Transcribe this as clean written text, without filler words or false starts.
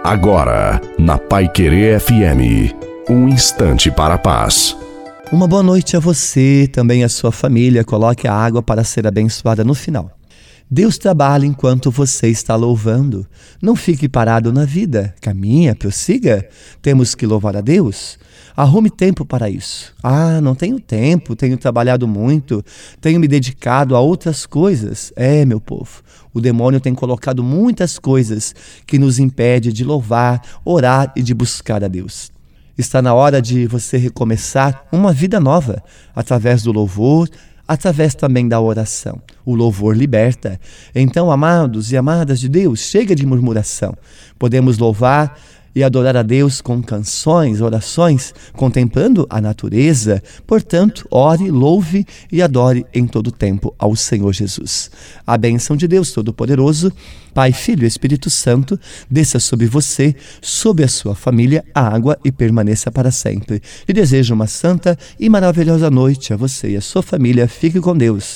Agora, na Paiquerê FM, um instante para a paz. Uma boa noite a você, também a sua família. Coloque a água para ser abençoada no final. Deus trabalha enquanto você está louvando. Não fique parado na vida. Caminha, prossiga. Temos que louvar a Deus. Arrume tempo para isso. Não tenho tempo, tenho trabalhado muito, tenho me dedicado a outras coisas. Meu povo, o demônio tem colocado muitas coisas que nos impedem de louvar, orar e de buscar a Deus. Está na hora de você recomeçar uma vida nova, através do louvor, através também da oração. O louvor liberta. Então, amados e amadas de Deus, chega de murmuração. Podemos louvar e adorar a Deus com canções, orações, contemplando a natureza. Portanto, ore, louve e adore em todo tempo ao Senhor Jesus. A bênção de Deus Todo-Poderoso, Pai, Filho e Espírito Santo, desça sobre você, sobre a sua família, a água e permaneça para sempre. E desejo uma santa e maravilhosa noite a você e a sua família. Fique com Deus.